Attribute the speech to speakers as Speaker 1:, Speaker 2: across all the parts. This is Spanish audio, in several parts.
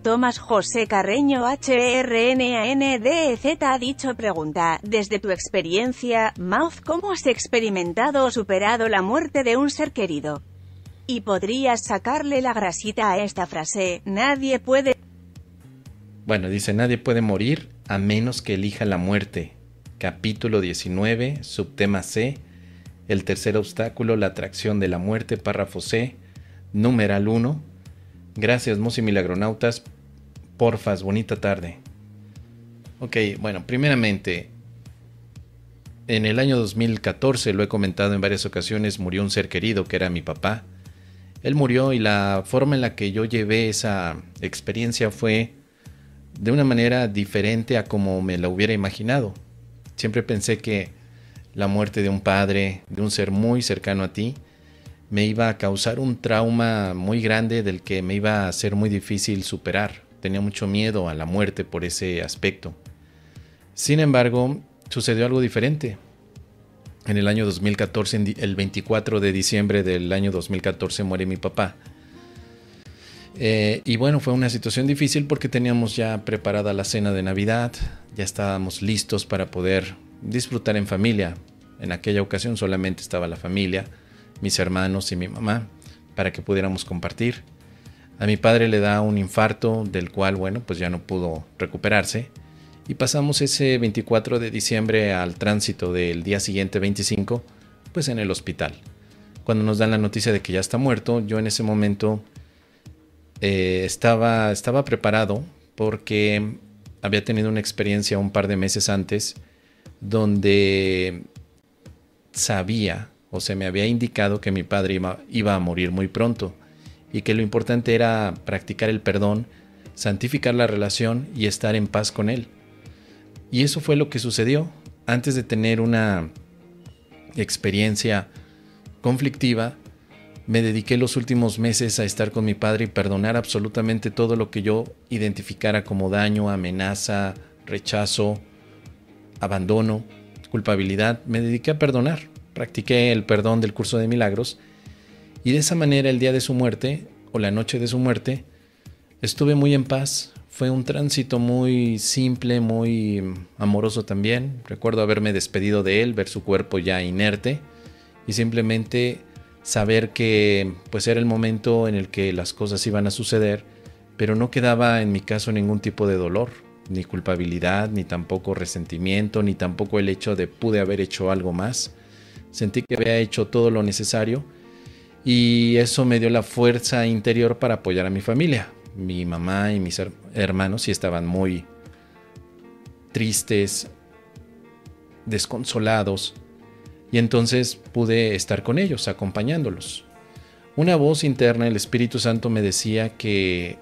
Speaker 1: Tomás José Carreño HRNANDZ ha dicho pregunta, desde tu experiencia, Mouth, ¿cómo has experimentado o superado la muerte de un ser querido? Y podrías sacarle la grasita a esta frase, nadie puede...
Speaker 2: Bueno, dice, nadie puede morir a menos que elija la muerte. Capítulo 19, subtema C, el tercer obstáculo, la atracción de la muerte, párrafo C, numeral 1. Gracias, Mos y Milagronautas. Porfas, bonita tarde. Ok, bueno, primeramente, en el año 2014, lo he comentado en varias ocasiones, murió un ser querido que era mi papá. Él murió y la forma en la que yo llevé esa experiencia fue de una manera diferente a como me la hubiera imaginado. Siempre pensé que la muerte de un padre, de un ser muy cercano a ti, me iba a causar un trauma muy grande del que me iba a ser muy difícil superar. Tenía mucho miedo a la muerte por ese aspecto. Sin embargo, sucedió algo diferente. En el año 2014, el 24 de diciembre del año 2014, muere mi papá. Y bueno, fue una situación difícil porque teníamos ya preparada la cena de Navidad, ya estábamos listos para poder disfrutar en familia. En aquella ocasión solamente estaba la familia, mis hermanos y mi mamá, para que pudiéramos compartir. A mi padre le da un infarto del cual, bueno, pues ya no pudo recuperarse. Y pasamos ese 24 de diciembre al tránsito del día siguiente, 25, pues en el hospital. Cuando nos dan la noticia de que ya está muerto, yo en ese momento estaba preparado porque había tenido una experiencia un par de meses antes donde sabía o se me había indicado que mi padre iba a morir muy pronto y que lo importante era practicar el perdón, santificar la relación y estar en paz con él. Y eso fue lo que sucedió. Antes de tener una experiencia conflictiva, me dediqué los últimos meses a estar con mi padre y perdonar absolutamente todo lo que yo identificara como daño, amenaza, rechazo, abandono, culpabilidad. Me dediqué a perdonar. Practiqué el perdón del curso de milagros y de esa manera el día de su muerte o la noche de su muerte estuve muy en paz. Fue un tránsito muy simple, muy amoroso también. Recuerdo haberme despedido de él, ver su cuerpo ya inerte y simplemente saber que pues era el momento en el que las cosas iban a suceder, pero no quedaba en mi caso ningún tipo de dolor, ni culpabilidad, ni tampoco resentimiento, ni tampoco el hecho de pude haber hecho algo más. Sentí que había hecho todo lo necesario y eso me dio la fuerza interior para apoyar a mi familia. Mi mamá y mis hermanos sí estaban muy tristes, desconsolados, y entonces pude estar con ellos, acompañándolos. Una voz interna, el Espíritu Santo, me decía que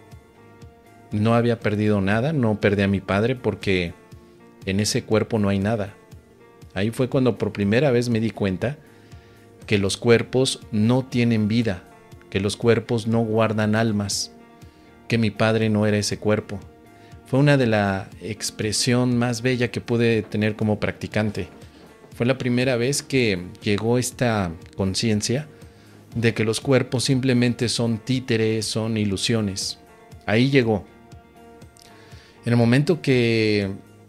Speaker 2: no había perdido nada, no perdí a mi padre porque en ese cuerpo no hay nada. Ahí fue cuando por primera vez me di cuenta que los cuerpos no tienen vida, que los cuerpos no guardan almas, que mi padre no era ese cuerpo. Fue una de la expresión más bella que pude tener como practicante. Fue la primera vez que llegó esta conciencia de que los cuerpos simplemente son títeres, son ilusiones. Ahí llegó. En el momento que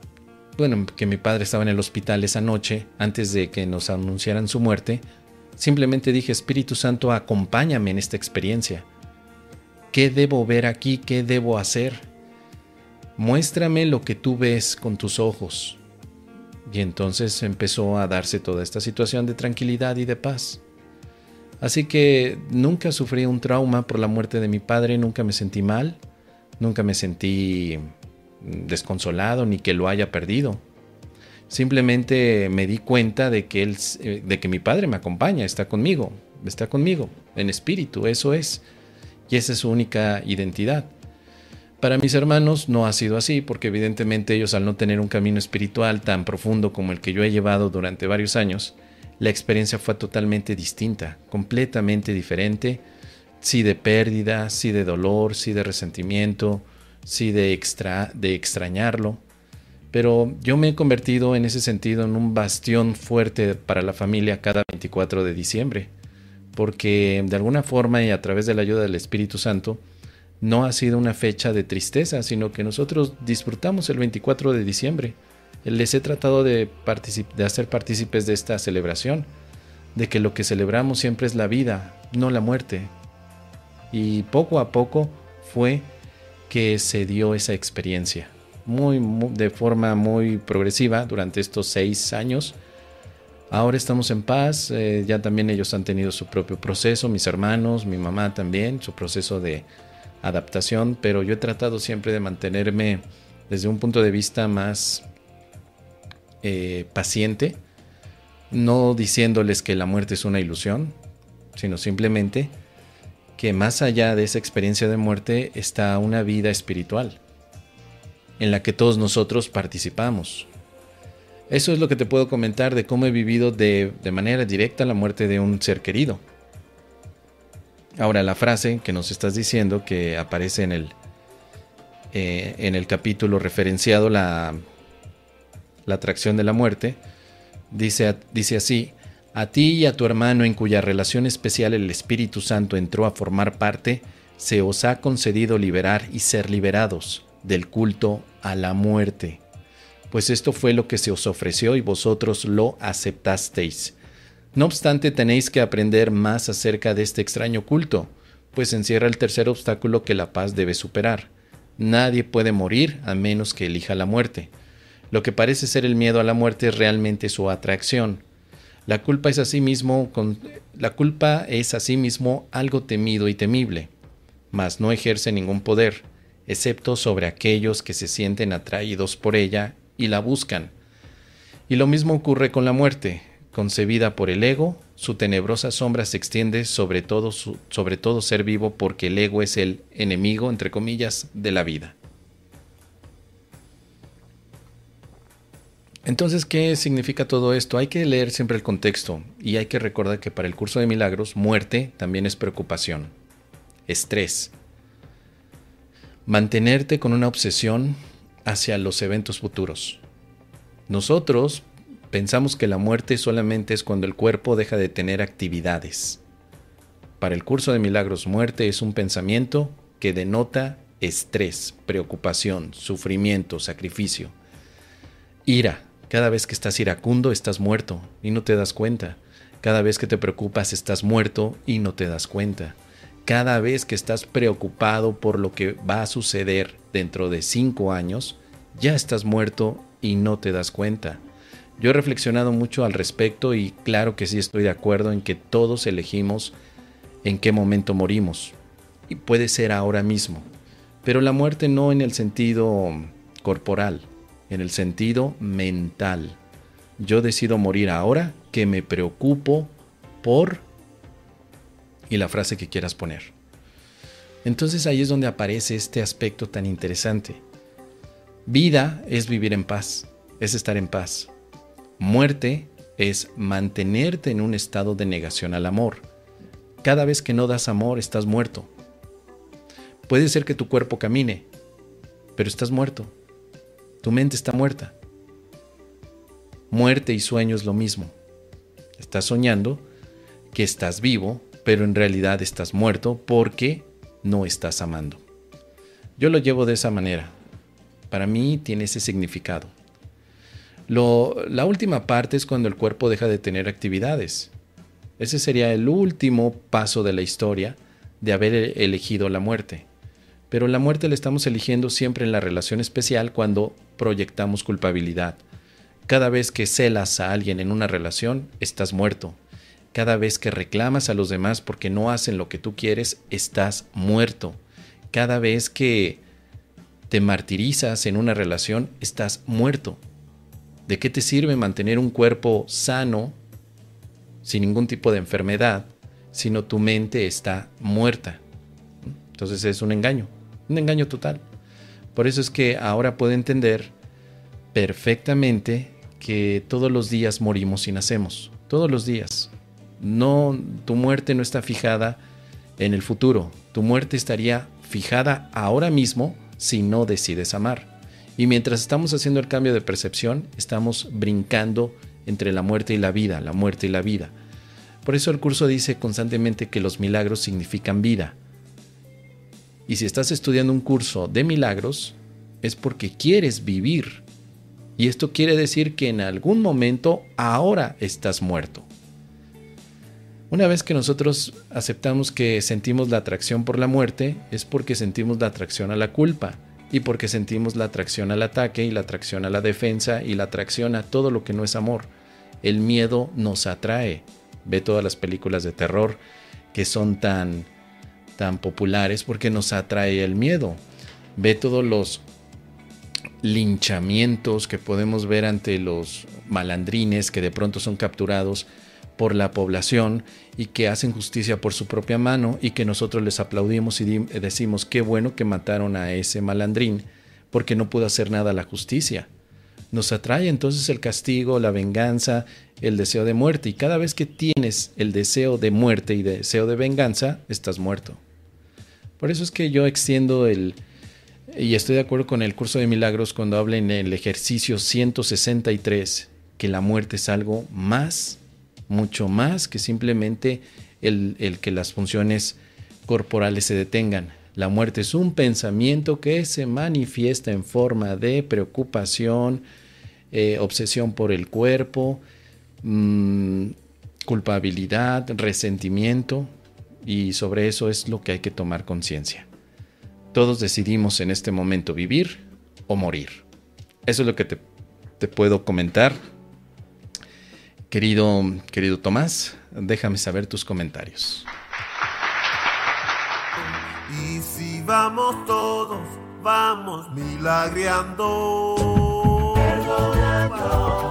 Speaker 2: mi padre estaba en el hospital esa noche, antes de que nos anunciaran su muerte, simplemente dije, Espíritu Santo, acompáñame en esta experiencia. ¿Qué debo ver aquí? ¿Qué debo hacer? Muéstrame lo que tú ves con tus ojos. Y entonces empezó a darse toda esta situación de tranquilidad y de paz. Así que nunca sufrí un trauma por la muerte de mi padre, nunca me sentí mal, nunca me sentí desconsolado ni que lo haya perdido. Simplemente me di cuenta de que mi padre me acompaña, está conmigo en espíritu, eso es. Y esa es su única identidad. Para mis hermanos no ha sido así, porque evidentemente ellos, al no tener un camino espiritual tan profundo como el que yo he llevado durante varios años, la experiencia fue totalmente distinta, completamente diferente. Sí de pérdida, sí de dolor, sí de resentimiento, sí de extrañarlo. Pero yo me he convertido en ese sentido en un bastión fuerte para la familia cada 24 de diciembre. Porque de alguna forma y a través de la ayuda del Espíritu Santo no ha sido una fecha de tristeza, sino que nosotros disfrutamos el 24 de diciembre. Les he tratado de hacer partícipes de esta celebración, de que lo que celebramos siempre es la vida, no la muerte. Y poco a poco fue que se dio esa experiencia, de forma muy progresiva durante estos 6 años. Ahora estamos en paz, ya también ellos han tenido su propio proceso, mis hermanos, mi mamá también, su proceso de adaptación, pero yo he tratado siempre de mantenerme desde un punto de vista más paciente, no diciéndoles que la muerte es una ilusión, sino simplemente que más allá de esa experiencia de muerte está una vida espiritual en la que todos nosotros participamos. Eso es lo que te puedo comentar de cómo he vivido de manera directa la muerte de un ser querido. Ahora, la frase que nos estás diciendo, que aparece en el capítulo referenciado, la atracción de la muerte, dice así: a ti y a tu hermano, en cuya relación especial el Espíritu Santo entró a formar parte, se os ha concedido liberar y ser liberados del culto a la muerte. Pues esto fue lo que se os ofreció y vosotros lo aceptasteis. No obstante, tenéis que aprender más acerca de este extraño culto, pues encierra el tercer obstáculo que la paz debe superar. Nadie puede morir a menos que elija la muerte. Lo que parece ser el miedo a la muerte es realmente su atracción. La culpa es asimismo algo temido y temible, mas no ejerce ningún poder, excepto sobre aquellos que se sienten atraídos por ella y la buscan. Y lo mismo ocurre con la muerte. Concebida por el ego, su tenebrosa sombra se extiende sobre todo ser vivo, porque el ego es el enemigo, entre comillas, de la vida. Entonces, ¿qué significa todo esto? Hay que leer siempre el contexto y hay que recordar que para el curso de milagros, muerte también es preocupación, estrés. Mantenerte con una obsesión hacia los eventos futuros. Nosotros pensamos que la muerte solamente es cuando el cuerpo deja de tener actividades. Para el curso de milagros, muerte es un pensamiento que denota estrés, preocupación, sufrimiento, sacrificio, ira. Cada vez que estás iracundo, estás muerto y no te das cuenta. Cada vez que te preocupas, estás muerto y no te das cuenta. Cada vez que estás preocupado por lo que va a suceder dentro de 5 años, ya estás muerto y no te das cuenta. Yo he reflexionado mucho al respecto y claro que sí estoy de acuerdo en que todos elegimos en qué momento morimos. Y puede ser ahora mismo. Pero la muerte no en el sentido corporal, en el sentido mental. Yo decido morir ahora que me preocupo por... y la frase que quieras poner. Entonces ahí es donde aparece este aspecto tan interesante. Vida es vivir en paz, es estar en paz. Muerte es mantenerte en un estado de negación al amor. Cada vez que no das amor, estás muerto. Puede ser que tu cuerpo camine, pero estás muerto. Tu mente está muerta. Muerte y sueño es lo mismo. Estás soñando que estás vivo, pero en realidad estás muerto porque no estás amando. Yo lo llevo de esa manera. Para mí tiene ese significado. La última parte es cuando el cuerpo deja de tener actividades. Ese sería el último paso de la historia de haber elegido la muerte. Pero la muerte la estamos eligiendo siempre en la relación especial cuando proyectamos culpabilidad. Cada vez que celas a alguien en una relación, estás muerto. Cada vez que reclamas a los demás porque no hacen lo que tú quieres, estás muerto. Cada vez que te martirizas en una relación, estás muerto. ¿De qué te sirve mantener un cuerpo sano, sin ningún tipo de enfermedad, si no tu mente está muerta? Entonces es un engaño total. Por eso es que ahora puedo entender perfectamente que todos los días morimos y nacemos. Todos los días. No, tu muerte no está fijada en el futuro. Tu muerte estaría fijada ahora mismo si no decides amar. Y mientras estamos haciendo el cambio de percepción, estamos brincando entre la muerte y la vida, la muerte y la vida. Por eso el curso dice constantemente que los milagros significan vida. Y si estás estudiando un curso de milagros, es porque quieres vivir. Y esto quiere decir que en algún momento ahora estás muerto. Una vez que nosotros aceptamos que sentimos la atracción por la muerte, es porque sentimos la atracción a la culpa, y porque sentimos la atracción al ataque, y la atracción a la defensa, y la atracción a todo lo que no es amor. El miedo nos atrae. Ve todas las películas de terror que son tan populares porque nos atrae el miedo. Ve todos los linchamientos que podemos ver ante los malandrines que de pronto son capturados por la población y que hacen justicia por su propia mano, y que nosotros les aplaudimos y decimos qué bueno que mataron a ese malandrín porque no pudo hacer nada la justicia. Nos atrae entonces el castigo, la venganza, el deseo de muerte, y cada vez que tienes el deseo de muerte y deseo de venganza, estás muerto. Por eso es que yo extiendo y estoy de acuerdo con el curso de milagros cuando habla en el ejercicio 163, que la muerte es algo más, mucho más que simplemente el que las funciones corporales se detengan. La muerte es un pensamiento que se manifiesta en forma de preocupación, obsesión por el cuerpo, culpabilidad, resentimiento, y sobre eso es lo que hay que tomar conciencia. Todos decidimos en este momento vivir o morir. Eso es lo que te puedo comentar. Querido Tomás, déjame saber tus comentarios.
Speaker 3: Y si vamos todos, vamos milagreando. Perdonando.